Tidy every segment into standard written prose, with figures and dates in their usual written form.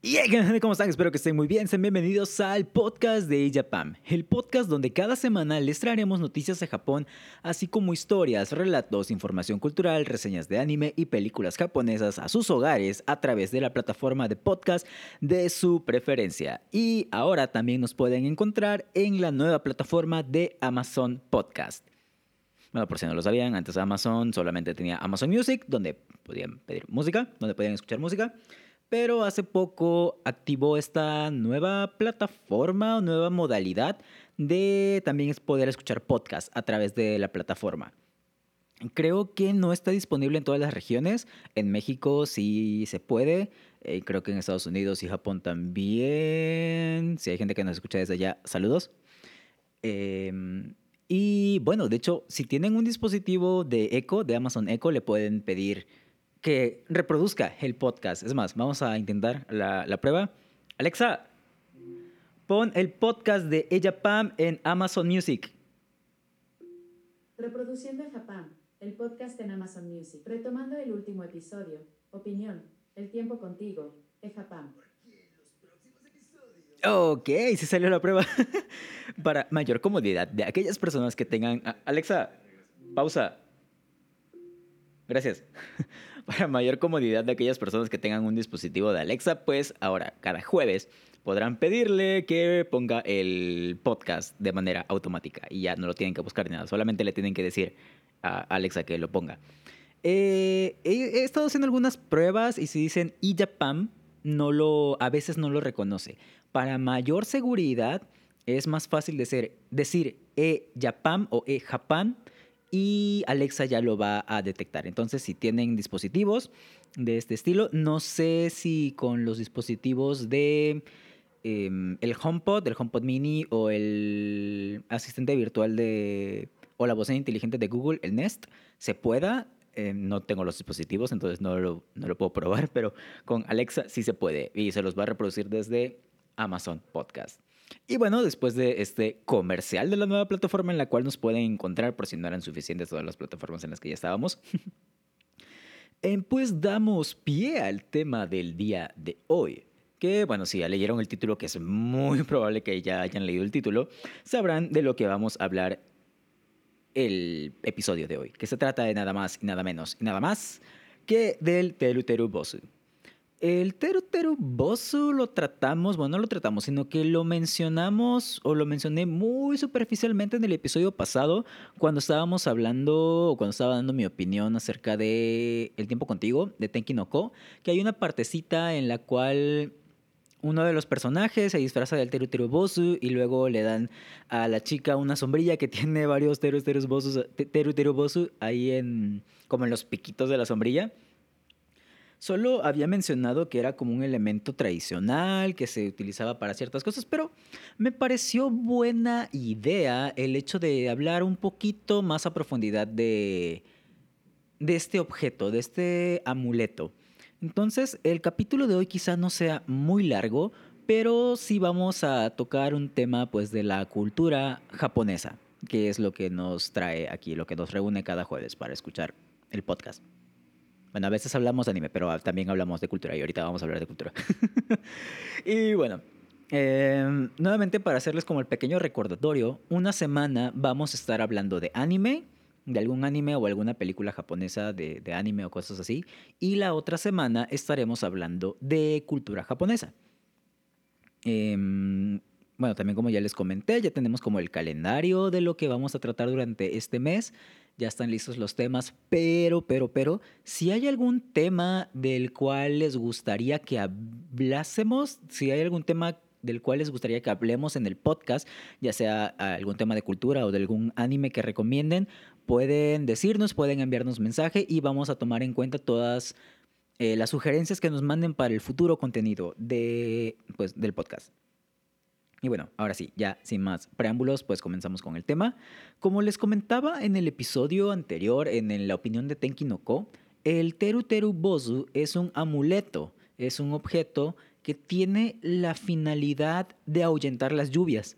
Y hey, ¿cómo están? Espero que estén muy bien. Sean bienvenidos al podcast de Japam, el podcast donde cada semana les traeremos noticias de Japón, así como historias, relatos, información cultural, reseñas de anime y películas japonesas a sus hogares a través de la plataforma de podcast de su preferencia. Y ahora también nos pueden encontrar en la nueva plataforma de Amazon Podcast. Bueno, por si no lo sabían, antes Amazon solamente tenía Amazon Music, donde podían pedir música, donde podían escuchar música. Pero hace poco activó esta nueva plataforma o nueva modalidad de también es poder escuchar podcast a través de la plataforma. Creo que no está disponible en todas las regiones. En México sí se puede. Creo que en Estados Unidos y Japón también. Si hay gente que nos escucha desde allá, saludos. Y bueno, de hecho, si tienen un dispositivo de Echo, de Amazon Echo, le pueden pedir que reproduzca el podcast. Es más, vamos a intentar la prueba. Alexa, pon el podcast de Ella Pam en Amazon Music. Reproduciendo Japam, el podcast en Amazon Music. Retomando el último episodio. Opinión. El tiempo contigo. Japam. Ok, sí salió la prueba. Para mayor comodidad de aquellas personas que tengan... Alexa, pausa. Gracias. Para mayor comodidad de aquellas personas que tengan un dispositivo de Alexa, pues ahora cada jueves podrán pedirle que ponga el podcast de manera automática y ya no lo tienen que buscar ni nada, solamente le tienen que decir a Alexa que lo ponga. He estado haciendo algunas pruebas y si dicen iJapam, a veces no lo reconoce. Para mayor seguridad es más fácil decir e-Japam o e-Japan y Alexa ya lo va a detectar. Entonces, si tienen dispositivos de este estilo, no sé si con los dispositivos de el HomePod Mini o el asistente virtual o la bocina inteligente de Google, el Nest, se pueda. No tengo los dispositivos, entonces no lo puedo probar, pero con Alexa sí se puede y se los va a reproducir desde Amazon Podcast. Y bueno, después de este comercial de la nueva plataforma en la cual nos pueden encontrar, por si no eran suficientes todas las plataformas en las que ya estábamos, pues damos pie al tema del día de hoy. Que bueno, si ya leyeron el título, que es muy probable que ya hayan leído el título, sabrán de lo que vamos a hablar el episodio de hoy, que se trata de nada más y nada menos y nada más que del Teruteru Bosu. El Teruteru Bosu lo tratamos, bueno, no lo tratamos, sino que lo mencionamos o lo mencioné muy superficialmente en el episodio pasado cuando estábamos hablando o cuando estaba dando mi opinión acerca de El tiempo contigo, de Tenki no Ko, que hay una partecita en la cual uno de los personajes se disfraza del Teruteru Bosu y luego le dan a la chica una sombrilla que tiene varios Teruteru Bosu ahí como en los piquitos de la sombrilla. Solo había mencionado que era como un elemento tradicional que se utilizaba para ciertas cosas, pero me pareció buena idea el hecho de hablar un poquito más a profundidad de este objeto, de este amuleto. Entonces, el capítulo de hoy quizá no sea muy largo, pero sí vamos a tocar un tema pues de la cultura japonesa, que es lo que nos trae aquí, lo que nos reúne cada jueves para escuchar el podcast. Bueno, a veces hablamos de anime, pero también hablamos de cultura y ahorita vamos a hablar de cultura. Y bueno, nuevamente para hacerles como el pequeño recordatorio, una semana vamos a estar hablando de anime, de algún anime o alguna película japonesa de anime o cosas así. Y la otra semana estaremos hablando de cultura japonesa. Bueno, también como ya les comenté, ya tenemos como el calendario de lo que vamos a tratar durante este mes. Ya están listos los temas, pero, si hay algún tema del cual les gustaría que hablásemos, si hay algún tema del cual les gustaría que hablemos en el podcast, ya sea algún tema de cultura o de algún anime que recomienden, pueden decirnos, pueden enviarnos mensaje y vamos a tomar en cuenta todas las sugerencias que nos manden para el futuro contenido del podcast. Y bueno, ahora sí, ya sin más preámbulos, pues comenzamos con el tema. Como les comentaba en el episodio anterior, en la opinión de Tenki no Ko, el Teruteru Bosu es un amuleto, es un objeto que tiene la finalidad de ahuyentar las lluvias.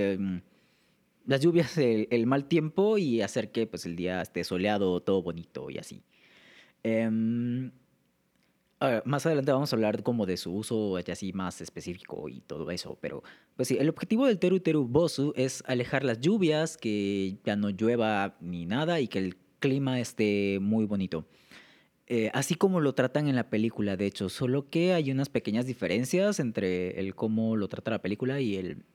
El mal tiempo y hacer que pues, el día esté soleado, todo bonito y así. Más adelante vamos a hablar como de su uso ya así más específico y todo eso, pero pues sí, el objetivo del Teru Teru Bosu es alejar las lluvias, que ya no llueva ni nada y que el clima esté muy bonito. Así como lo tratan en la película, de hecho, solo que hay unas pequeñas diferencias entre el cómo lo trata la película y el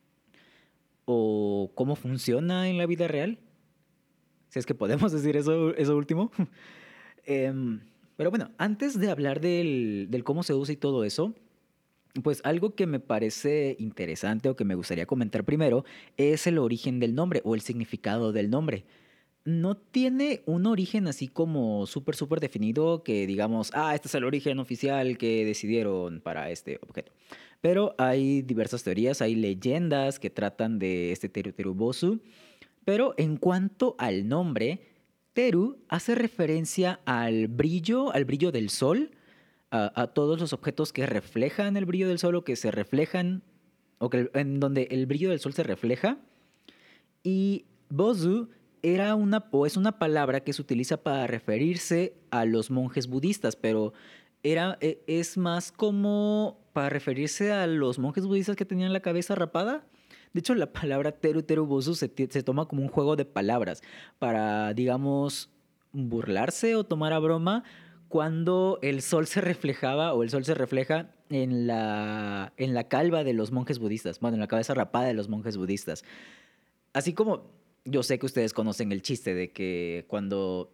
o cómo funciona en la vida real. Si es que podemos decir eso último. Em, pero bueno, antes de hablar del cómo se usa y todo eso, pues algo que me parece interesante o que me gustaría comentar primero es el origen del nombre o el significado del nombre. No tiene un origen así como súper definido que digamos, este es el origen oficial que decidieron para este objeto. Pero hay diversas teorías, hay leyendas que tratan de este Teru Teru Bosu. Pero en cuanto al nombre, Teru hace referencia al brillo del sol, a todos los objetos que reflejan el brillo del sol o que se reflejan, o que en donde el brillo del sol se refleja. Y Bozu era o es una palabra que se utiliza para referirse a los monjes budistas, pero es más como para referirse a los monjes budistas que tenían la cabeza rapada. De hecho, la palabra Teru Teru Bozu se toma como un juego de palabras para, digamos, burlarse o tomar a broma cuando el sol se reflejaba o el sol se refleja en la calva de los monjes budistas, bueno, en la cabeza rapada de los monjes budistas. Así como yo sé que ustedes conocen el chiste de que cuando...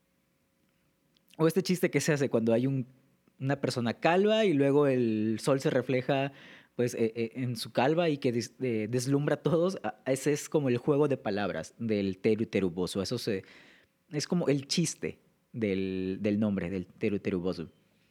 O este chiste que se hace cuando hay una persona calva y luego el sol se refleja pues en su calva y que deslumbra a todos. Ese es como el juego de palabras del Teru Teru Bosu. Es como el chiste del nombre del Teru Teru Bosu.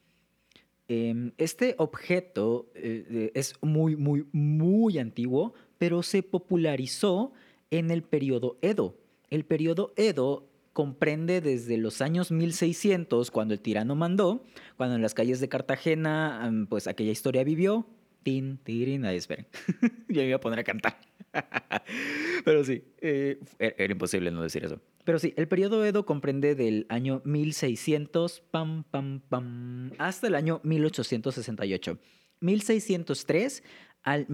Este objeto es muy antiguo, pero se popularizó en el periodo Edo. El periodo Edo comprende desde los años 1600, cuando el tirano mandó, cuando en las calles de Cartagena, pues aquella historia vivió. Tin, tirin, esperen. Ya me iba a poner a cantar. Pero sí, era imposible no decir eso. Pero sí, el periodo Edo comprende del año 1600 hasta el año 1868. 1603 al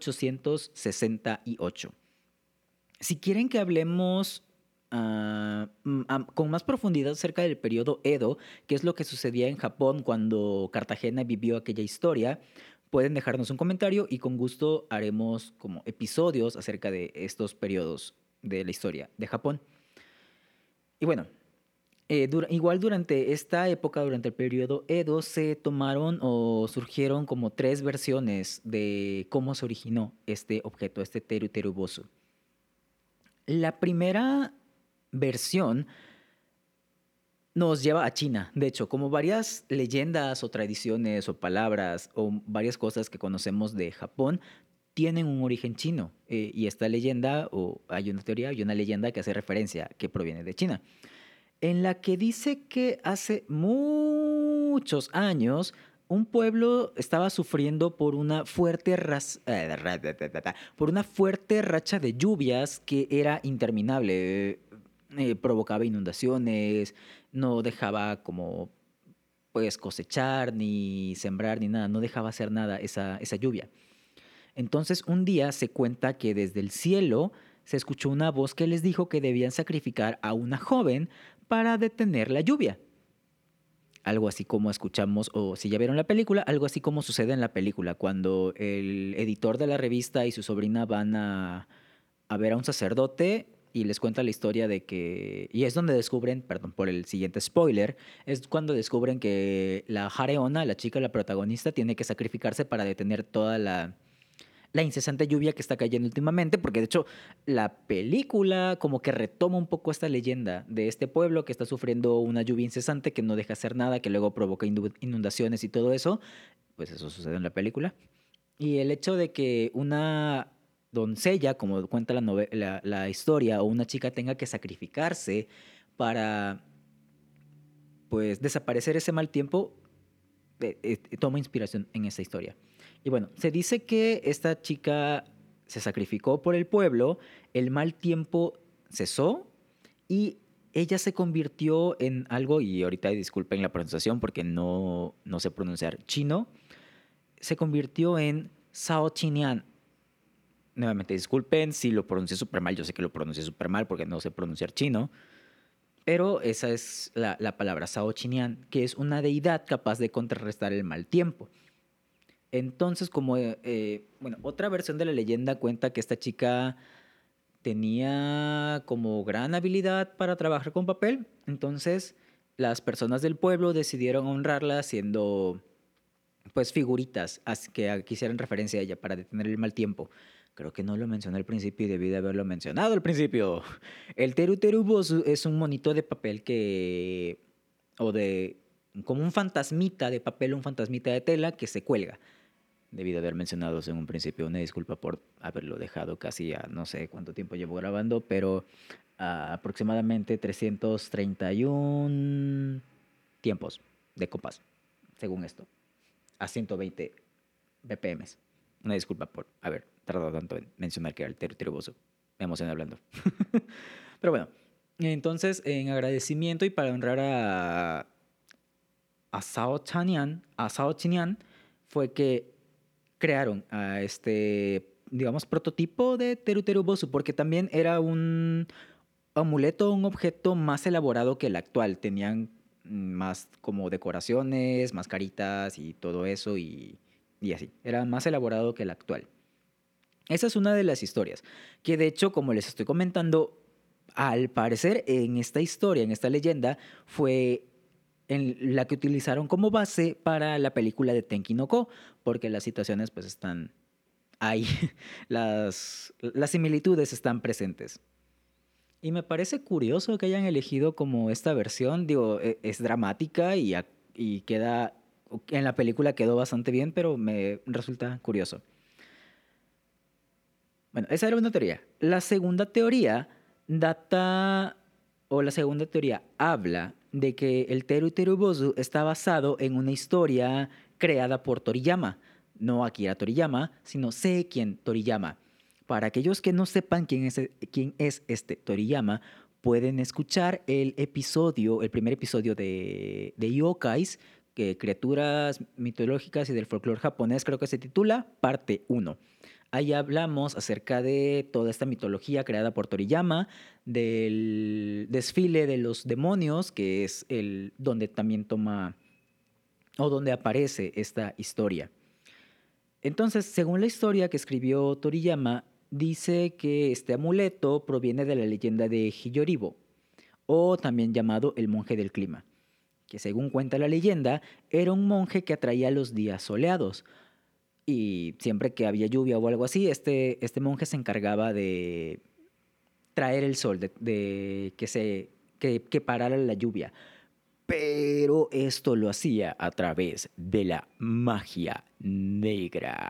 1868. Si quieren que hablemos con más profundidad acerca del periodo Edo, que es lo que sucedía en Japón cuando Cartagena vivió aquella historia, pueden dejarnos un comentario y con gusto haremos como episodios acerca de estos periodos de la historia de Japón. Y bueno, igual durante esta época, durante el periodo Edo, se tomaron o surgieron como tres versiones de cómo se originó este objeto, este Teru Teru Bosu. La primera versión nos lleva a China. De hecho, como varias leyendas o tradiciones o palabras o varias cosas que conocemos de Japón tienen un origen chino. Y esta leyenda, o hay una teoría, hay una leyenda que hace referencia, que proviene de China, en la que dice que hace muchos años un pueblo estaba sufriendo por por una fuerte racha de lluvias que era interminable. Provocaba inundaciones, no dejaba como pues cosechar, ni sembrar, ni nada, no dejaba hacer nada esa lluvia. Entonces un día se cuenta que desde el cielo se escuchó una voz que les dijo que debían sacrificar a una joven para detener la lluvia. Algo así como escuchamos, o si ya vieron la película, algo así como sucede en la película, cuando el editor de la revista y su sobrina van a ver a un sacerdote y les cuenta la historia de que... Y es donde descubren, perdón por el siguiente spoiler, es cuando descubren que la Hareona, la chica, la protagonista, tiene que sacrificarse para detener toda la incesante lluvia que está cayendo últimamente, porque de hecho la película como que retoma un poco esta leyenda de este pueblo que está sufriendo una lluvia incesante que no deja hacer nada, que luego provoca inundaciones y todo eso, pues eso sucede en la película. Y el hecho de que una doncella, como cuenta la historia, o una chica tenga que sacrificarse para pues desaparecer ese mal tiempo, toma inspiración en esa historia. Y bueno, se dice que esta chica se sacrificó por el pueblo, el mal tiempo cesó y ella se convirtió en algo, y ahorita disculpen la pronunciación porque no sé pronunciar chino, se convirtió en Sao Chinian. Nuevamente, disculpen si lo pronuncié súper mal, yo sé que lo pronuncié súper mal porque no sé pronunciar chino, pero esa es la palabra Sao Chinian, que es una deidad capaz de contrarrestar el mal tiempo. Entonces, como, bueno, otra versión de la leyenda cuenta que esta chica tenía como gran habilidad para trabajar con papel, entonces las personas del pueblo decidieron honrarla haciendo pues figuritas que hicieran referencia a ella para detener el mal tiempo. Creo que no lo mencioné al principio y debí de haberlo mencionado al principio. El Teru Teru Bosu es un monito de papel que... o de... como un fantasmita de papel, un fantasmita de tela que se cuelga. Debí de haber mencionado en un principio. Una disculpa por haberlo dejado casi a no sé cuánto tiempo llevo grabando, pero a aproximadamente 331 tiempos de copas, según esto, a 120 BPMs. Una disculpa por haber tardado tanto en mencionar que era el Teruboso. Me emocioné hablando. Pero bueno, entonces en agradecimiento y para honrar a Sao Chinian fue que crearon a este, digamos, prototipo de Teru Bosu, porque también era un amuleto, un objeto más elaborado que el actual. Tenían más como decoraciones, más caritas y todo eso y así. Era más elaborado que el actual. Esa es una de las historias, que de hecho, como les estoy comentando, al parecer en esta historia, en esta leyenda, fue en la que utilizaron como base para la película de Tenki no Ko, porque las situaciones pues están ahí, las similitudes están presentes. Y me parece curioso que hayan elegido como esta versión, digo, es dramática y queda, en la película quedó bastante bien, pero me resulta curioso. Bueno, esa era una teoría. La segunda teoría data, o la segunda teoría habla de que el Teru Teru Bosu está basado en una historia creada por Toriyama. No Akira Toriyama, sino Seiken Toriyama. Para aquellos que no sepan quién es este Toriyama, pueden escuchar el episodio, el primer episodio de Yokais, que criaturas mitológicas y del folclore japonés, creo que se titula Parte 1. Ahí hablamos acerca de toda esta mitología creada por Toriyama, del desfile de los demonios, que es el donde también toma o donde aparece esta historia. Entonces, según la historia que escribió Toriyama, dice que este amuleto proviene de la leyenda de Hiyoribo, o también llamado el monje del clima, que según cuenta la leyenda, era un monje que atraía los días soleados. Y siempre que había lluvia o algo así, este monje se encargaba de traer el sol, de que parara la lluvia. Pero esto lo hacía a través de la magia negra.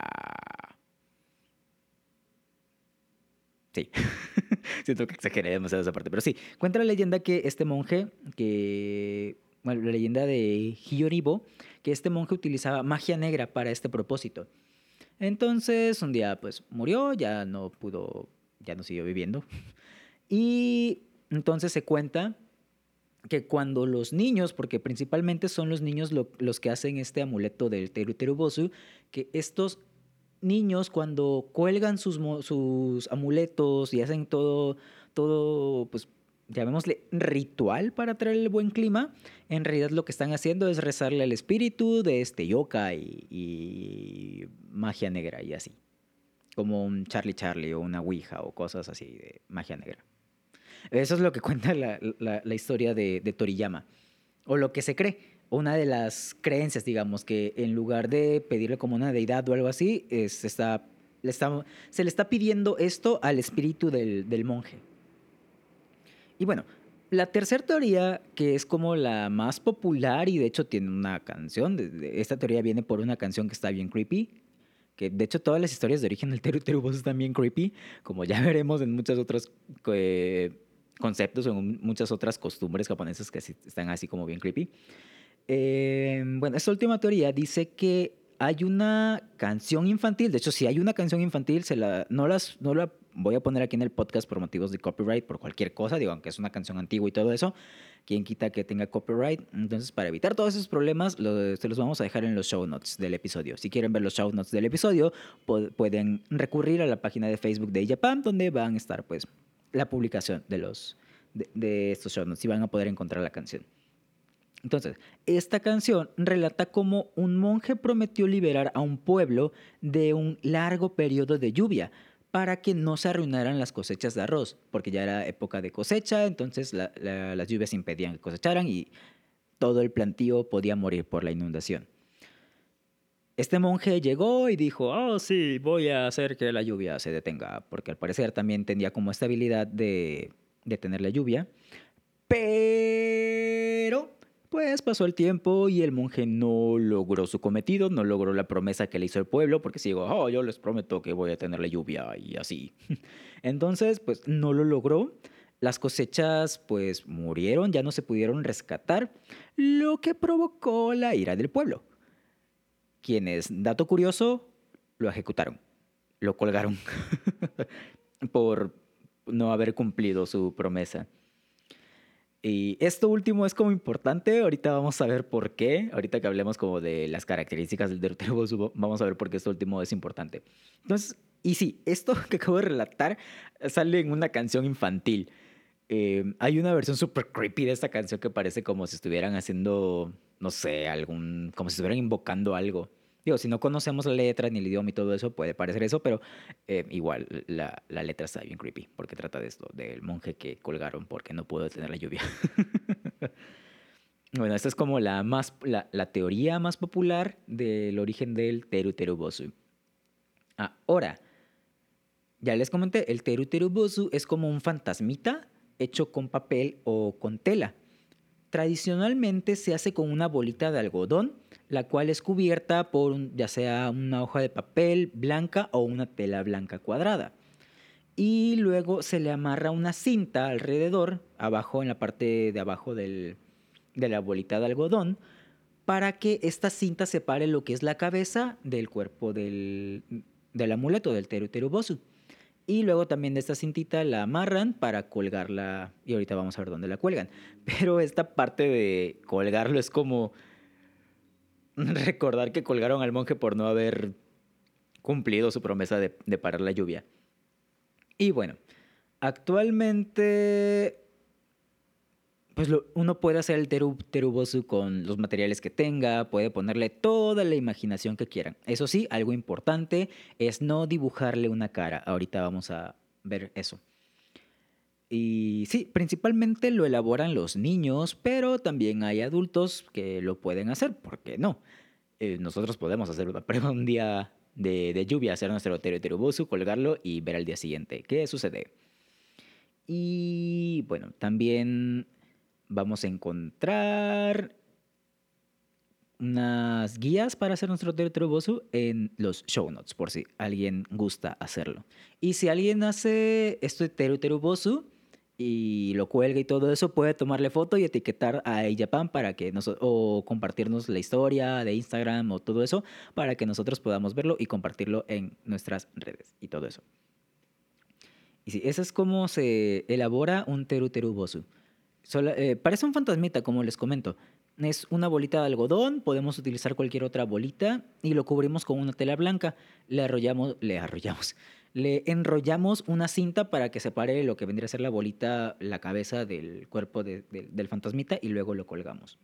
Sí, siento que exageré demasiado esa parte, pero sí, cuenta la leyenda que este monje, bueno, la leyenda de Hiyoribo, que este monje utilizaba magia negra para este propósito. Entonces, un día pues murió, ya no pudo, ya no siguió viviendo. Y entonces se cuenta que cuando los niños, porque principalmente son los niños los que hacen este amuleto del Teru Teru Bosu, que estos niños cuando cuelgan sus amuletos y hacen todo, pues llamémosle ritual para traer el buen clima, en realidad lo que están haciendo es rezarle al espíritu de este yokai y magia negra y así, como un Charlie Charlie o una Ouija o cosas así de magia negra. Eso es lo que cuenta la historia de Toriyama, o lo que se cree. Una de las creencias, digamos, que en lugar de pedirle como una deidad o algo así, se le está pidiendo esto al espíritu del monje. Y bueno, la tercera teoría, que es como la más popular y de hecho tiene una canción, esta teoría viene por una canción que está bien creepy, que de hecho todas las historias de origen del Teru Teru Bosu están bien creepy, como ya veremos en muchos otros conceptos o en muchas otras costumbres japonesas que están así como bien creepy. Bueno, esta última teoría dice que hay una canción infantil. De hecho, si hay una canción infantil, no la voy a poner aquí en el podcast por motivos de copyright, por cualquier cosa, digo, aunque es una canción antigua y todo eso, quién quita que tenga copyright. Entonces, para evitar todos esos problemas, se los vamos a dejar en los show notes del episodio. Si quieren ver los show notes del episodio, pueden recurrir a la página de Facebook de Japan, donde van a estar, pues, la publicación de estos show notes y van a poder encontrar la canción. Entonces, esta canción relata cómo un monje prometió liberar a un pueblo de un largo periodo de lluvia para que no se arruinaran las cosechas de arroz, porque ya era época de cosecha, entonces las lluvias impedían que cosecharan y todo el plantío podía morir por la inundación. Este monje llegó y dijo, oh sí, voy a hacer que la lluvia se detenga, porque al parecer también tenía como esta habilidad de detener la lluvia, pero pues pasó el tiempo y el monje no logró su cometido, no logró la promesa que le hizo el pueblo, porque si digo, oh, yo les prometo que voy a tener la lluvia y así. Entonces, pues no lo logró. Las cosechas pues murieron, ya no se pudieron rescatar, lo que provocó la ira del pueblo. Quienes, dato curioso, lo ejecutaron, lo colgaron por no haber cumplido su promesa. Y esto último es como importante, ahorita vamos a ver por qué, ahorita que hablemos como de las características del Deuterobosu, vamos a ver por qué esto último es importante. Entonces, y sí, esto que acabo de relatar sale en una canción infantil. Hay una versión súper creepy de esta canción que parece como si estuvieran haciendo, no sé, como si estuvieran invocando algo. Digo, si no conocemos la letra ni el idioma y todo eso, puede parecer eso, pero igual la letra está bien creepy, porque trata de esto, del monje que colgaron porque no pudo detener la lluvia. Bueno, esta es como la teoría más popular del origen del Teruterubosu. Ahora, ya les comenté, el Teruterubosu es como un fantasmita hecho con papel o con tela. Tradicionalmente se hace con una bolita de algodón, la cual es cubierta por ya sea una hoja de papel blanca o una tela blanca cuadrada. Y luego se le amarra una cinta alrededor, abajo, en la parte de abajo de la bolita de algodón, para que esta cinta separe lo que es la cabeza del cuerpo del amuleto, del Teruterubosu. Y luego también de esta cintita la amarran para colgarla. Y ahorita vamos a ver dónde la cuelgan. Pero esta parte de colgarlo es como recordar que colgaron al monje por no haber cumplido su promesa de parar la lluvia. Y bueno, actualmente pues uno puede hacer el terubosu con los materiales que tenga, puede ponerle toda la imaginación que quieran. Eso sí, algo importante es no dibujarle una cara. Ahorita vamos a ver eso. Y sí, principalmente lo elaboran los niños, pero también hay adultos que lo pueden hacer, ¿por qué no? Nosotros podemos hacer una prueba un día de lluvia, hacer nuestro terubosu, colgarlo y ver al día siguiente qué sucede. Y bueno, también vamos a encontrar unas guías para hacer nuestro terubosu en los show notes, por si alguien gusta hacerlo. Y si alguien hace este terubosu y lo cuelga y todo eso, puede tomarle foto y etiquetar a Japan para que o compartirnos la historia de Instagram o todo eso para que nosotros podamos verlo y compartirlo en nuestras redes y todo eso. Y sí, eso es como se elabora un terubosu. Parece un fantasmita, como les comento. Es una bolita de algodón, podemos utilizar cualquier otra bolita y lo cubrimos con una tela blanca. Le enrollamos una cinta para que separe lo que vendría a ser la bolita, la cabeza del cuerpo del fantasmita y luego lo colgamos.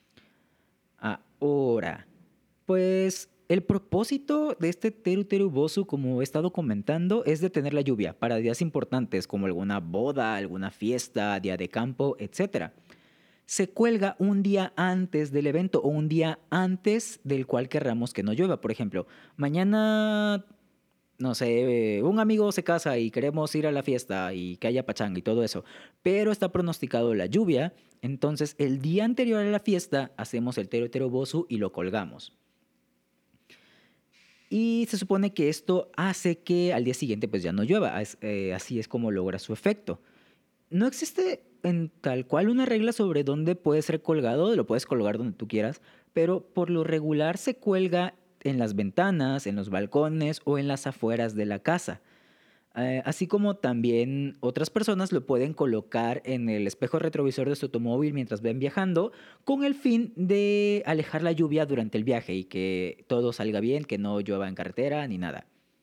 Ahora, pues el propósito de este terubosu, como he estado comentando, es detener la lluvia para días importantes como alguna boda, alguna fiesta, día de campo, etc. Se cuelga un día antes del evento o un día antes del cual querramos que no llueva. Por ejemplo, mañana, no sé, un amigo se casa y queremos ir a la fiesta y que haya pachanga y todo eso, pero está pronosticado la lluvia, entonces el día anterior a la fiesta hacemos el terubosu y lo colgamos. Y se supone que esto hace que al día siguiente pues ya no llueva. Así es como logra su efecto. No existe en tal cual una regla sobre dónde puede ser colgado. Lo puedes colgar donde tú quieras. Pero por lo regular se cuelga en las ventanas, en los balcones o en las afueras de la casa. Así como también otras personas lo pueden colocar en el espejo retrovisor de su automóvil mientras ven viajando, con el fin de alejar la lluvia durante el viaje y que todo salga bien, que no llueva en carretera ni nada.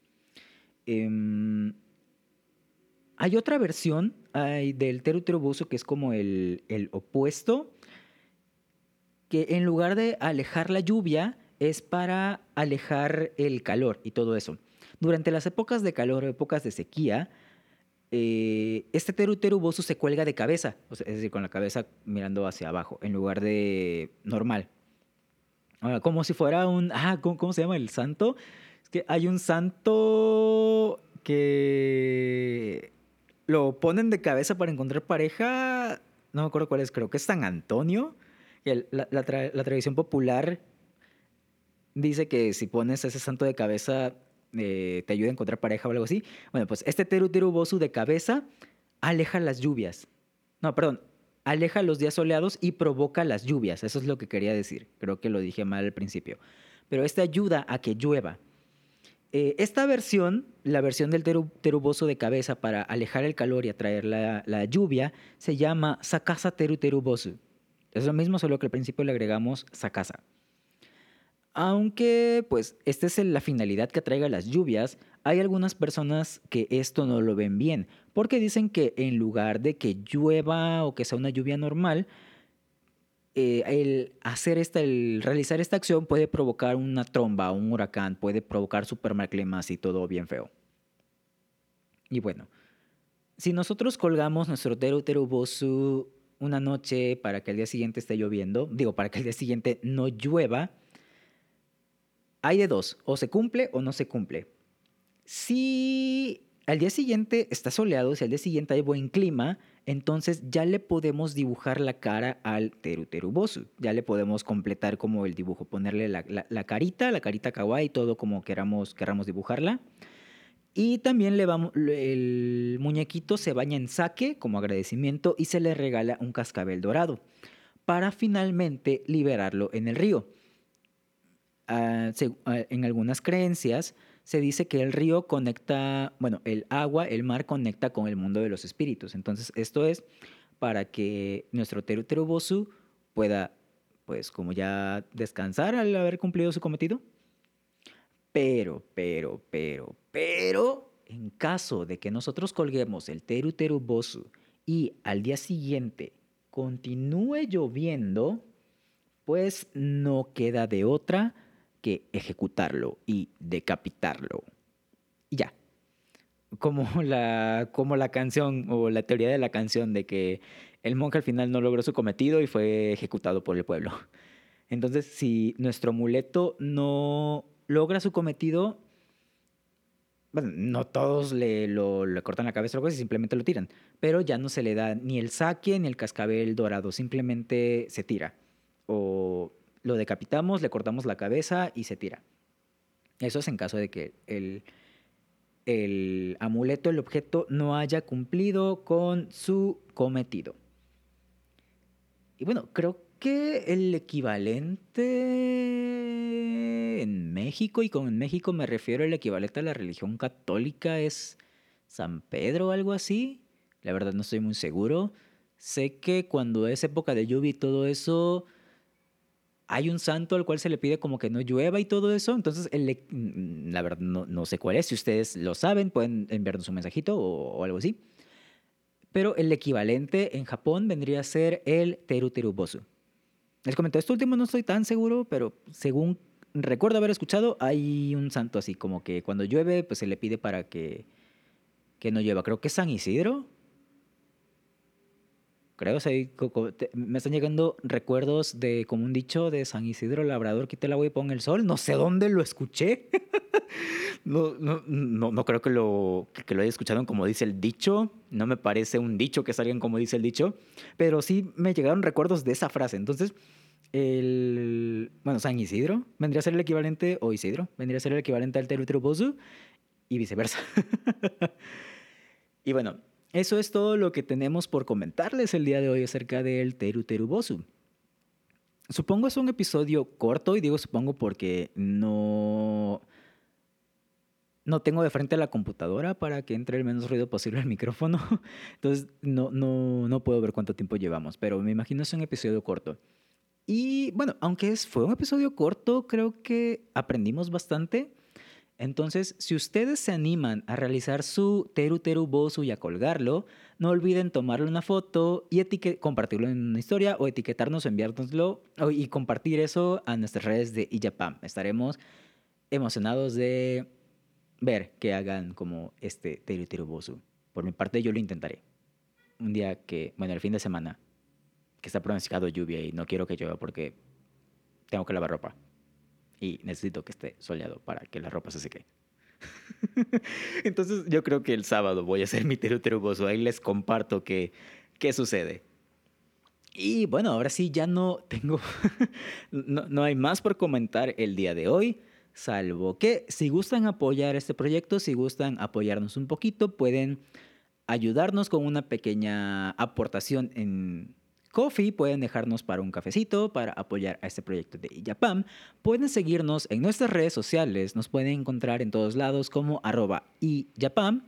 Em, Hay otra versión del Teru Teru Bosu que es como el opuesto, que en lugar de alejar la lluvia es para alejar el calor y todo eso. Durante las épocas de calor o épocas de sequía, este Teru Teru Bosu se cuelga de cabeza, o sea, es decir, con la cabeza mirando hacia abajo, en lugar de normal. Como si fuera un... ¿cómo se llama el santo? Es que hay un santo que lo ponen de cabeza para encontrar pareja. No me acuerdo cuál es, creo que es San Antonio. La tradición popular dice que si pones a ese santo de cabeza te ayuda a encontrar pareja o algo así. Bueno, pues este Teru Teru Bosu de cabeza aleja las lluvias. No, perdón, aleja los días soleados y provoca las lluvias. Eso es lo que quería decir. Creo que lo dije mal al principio. Pero este ayuda a que llueva. Esta versión, la versión del Teru Bosu de cabeza para alejar el calor y atraer la lluvia, se llama Sakasa Teru Teru Bosu. Es lo mismo, solo que al principio le agregamos Sakasa. Aunque, pues, esta es la finalidad que atraiga las lluvias, hay algunas personas que esto no lo ven bien, porque dicen que en lugar de que llueva o que sea una lluvia normal, el realizar esta acción puede provocar una tromba, un huracán, puede provocar supermaclemas y todo bien feo. Y bueno, si nosotros colgamos nuestro Teru Teru Bosu una noche para que el día siguiente esté lloviendo, para que el día siguiente no llueva, hay de dos, o se cumple o no se cumple. Si al día siguiente está soleado, si al día siguiente hay buen clima, entonces ya le podemos dibujar la cara al Teru Teru Bosu. Ya le podemos completar como el dibujo, ponerle la carita kawaii, todo como queramos dibujarla. Y también el muñequito se baña en sake como agradecimiento y se le regala un cascabel dorado para finalmente liberarlo en el río. En algunas creencias se dice que el río conecta, bueno, el agua, el mar conecta con el mundo de los espíritus. Entonces, esto es para que nuestro Teru Teru Bosu pueda, pues, como ya descansar al haber cumplido su cometido. Pero, en caso de que nosotros colguemos el Teru Teru Bosu y al día siguiente continúe lloviendo, pues no queda de otra que ejecutarlo y decapitarlo. Y ya. Como la canción o la teoría de la canción de que el monje al final no logró su cometido y fue ejecutado por el pueblo. Entonces, si nuestro amuleto no logra su cometido, bueno, no todos le cortan la cabeza o algo así, simplemente lo tiran. Pero ya no se le da ni el saque ni el cascabel dorado, simplemente se tira. O lo decapitamos, le cortamos la cabeza y se tira. Eso es en caso de que el amuleto, el objeto, no haya cumplido con su cometido. Y bueno, creo que el equivalente en México, y con México me refiero al equivalente a la religión católica, es San Pedro o algo así. La verdad no estoy muy seguro. Sé que cuando es época de lluvia y todo eso, hay un santo al cual se le pide como que no llueva y todo eso. Entonces, la verdad no sé cuál es. Si ustedes lo saben, pueden enviarnos un mensajito o algo así. Pero el equivalente en Japón vendría a ser el Teru Teru Bosu. Les comento, esto último no estoy tan seguro, pero según recuerdo haber escuchado, hay un santo así, como que cuando llueve, pues se le pide para que no llueva. Creo que es San Isidro. Creo, o sea, me están llegando recuerdos de como un dicho de San Isidro Labrador, quita el agua y pon el sol. No sé dónde lo escuché. No creo que lo haya escuchado en como dice el dicho. No me parece un dicho que salga en como dice el dicho. Pero sí me llegaron recuerdos de esa frase. Entonces, bueno, San Isidro vendría a ser el equivalente, o Isidro, vendría a ser el equivalente al Teru Teru Bosu y viceversa. Y bueno, eso es todo lo que tenemos por comentarles el día de hoy acerca del Teru Teru Bosu. supongo es un episodio corto, y digo supongo porque no tengo de frente la computadora para que entre el menos ruido posible al micrófono. Entonces no puedo ver cuánto tiempo llevamos, pero me imagino es un episodio corto. Y bueno, aunque fue un episodio corto, creo que aprendimos bastante. Entonces, si ustedes se animan a realizar su Teru Teru Bosu y a colgarlo, no olviden tomarle una foto y compartirlo en una historia, o etiquetarnos o enviárnoslo, y compartir eso a nuestras redes de Ijapam. Estaremos emocionados de ver que hagan como este Teru Teru Bosu. Por mi parte, yo lo intentaré. Un día bueno, el fin de semana, que está pronosticado lluvia y no quiero que llueva porque tengo que lavar ropa. Y necesito que esté soleado para que la ropa se seque. Entonces yo creo que el sábado voy a hacer mi Teru Teru Bosu. Ahí les comparto qué sucede. Y bueno, ahora sí ya no tengo... no hay más por comentar el día de hoy. Salvo que si gustan apoyar este proyecto, si gustan apoyarnos un poquito, pueden ayudarnos con una pequeña aportación en Ko-fi. Pueden dejarnos para un cafecito para apoyar a este proyecto de Ijapam. Pueden seguirnos en nuestras redes sociales. Nos pueden encontrar en todos lados como @ijapam,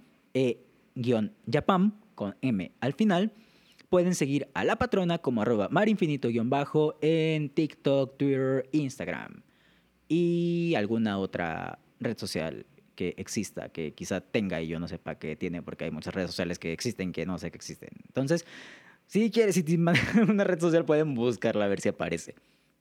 _japam con M al final. Pueden seguir a la patrona como @marinfinito_ en TikTok, Twitter, Instagram y alguna otra red social que exista, que quizá tenga y yo no sepa que tiene, porque hay muchas redes sociales que existen que no sé que existen. Entonces, si manejan una red social, pueden buscarla a ver si aparece.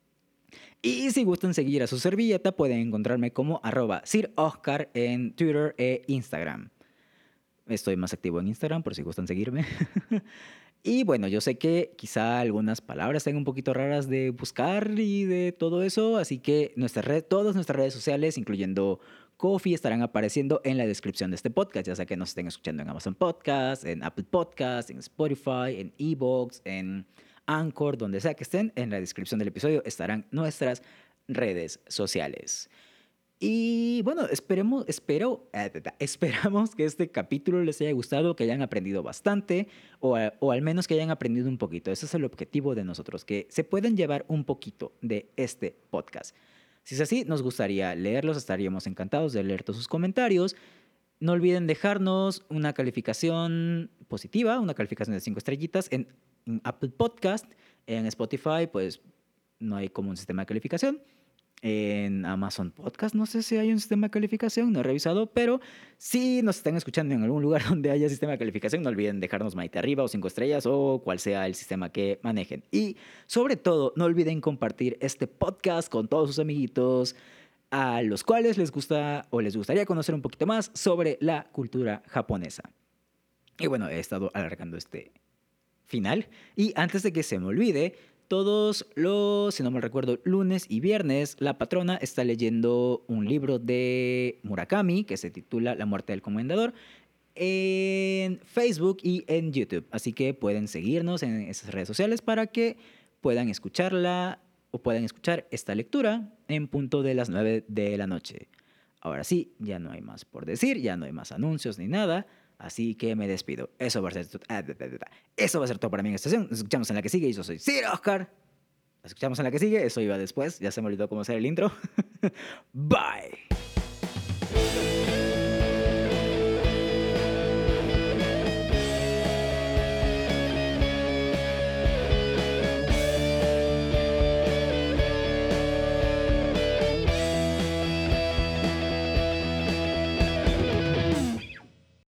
Y si gustan seguir a su servilleta, pueden encontrarme como @SirOscar en Twitter e Instagram. Estoy más activo en Instagram por si gustan seguirme. Y bueno, yo sé que quizá algunas palabras sean un poquito raras de buscar y de todo eso, así que todas nuestras redes sociales, incluyendo Ko-fi, estarán apareciendo en la descripción de este podcast, ya sea que nos estén escuchando en Amazon Podcast, en Apple Podcast, en Spotify, en Evox, en Anchor, donde sea que estén. En la descripción del episodio estarán nuestras redes sociales. Y bueno, esperamos que este capítulo les haya gustado, que hayan aprendido bastante, o al menos que hayan aprendido un poquito. Ese es el objetivo de nosotros, que se puedan llevar un poquito de este podcast. Si es así, nos gustaría leerlos, estaríamos encantados de leer todos sus comentarios. No olviden dejarnos una calificación positiva, una calificación de 5 estrellitas en Apple Podcast. En Spotify, pues no hay como un sistema de calificación. En Amazon Podcast no sé si hay un sistema de calificación, no he revisado, pero si nos están escuchando en algún lugar donde haya sistema de calificación, no olviden dejarnos manita arriba o 5 estrellas o cual sea el sistema que manejen. Y sobre todo, no olviden compartir este podcast con todos sus amiguitos a los cuales les gusta o les gustaría conocer un poquito más sobre la cultura japonesa. Y bueno, he estado alargando este final. Y antes de que se me olvide, todos los, si no me recuerdo, lunes y viernes, la patrona está leyendo un libro de Murakami que se titula La muerte del comendador en Facebook y en YouTube. Así que pueden seguirnos en esas redes sociales para que puedan escucharla o puedan escuchar esta lectura en punto de las 9 de la noche. Ahora sí, ya no hay más por decir, ya no hay más anuncios ni nada. Así que me despido. Eso va a ser todo para mí en esta sesión. Nos escuchamos en la que sigue. Y yo soy Sir Oscar. Nos escuchamos en la que sigue. Eso iba después. Ya se me olvidó cómo hacer el intro. Bye.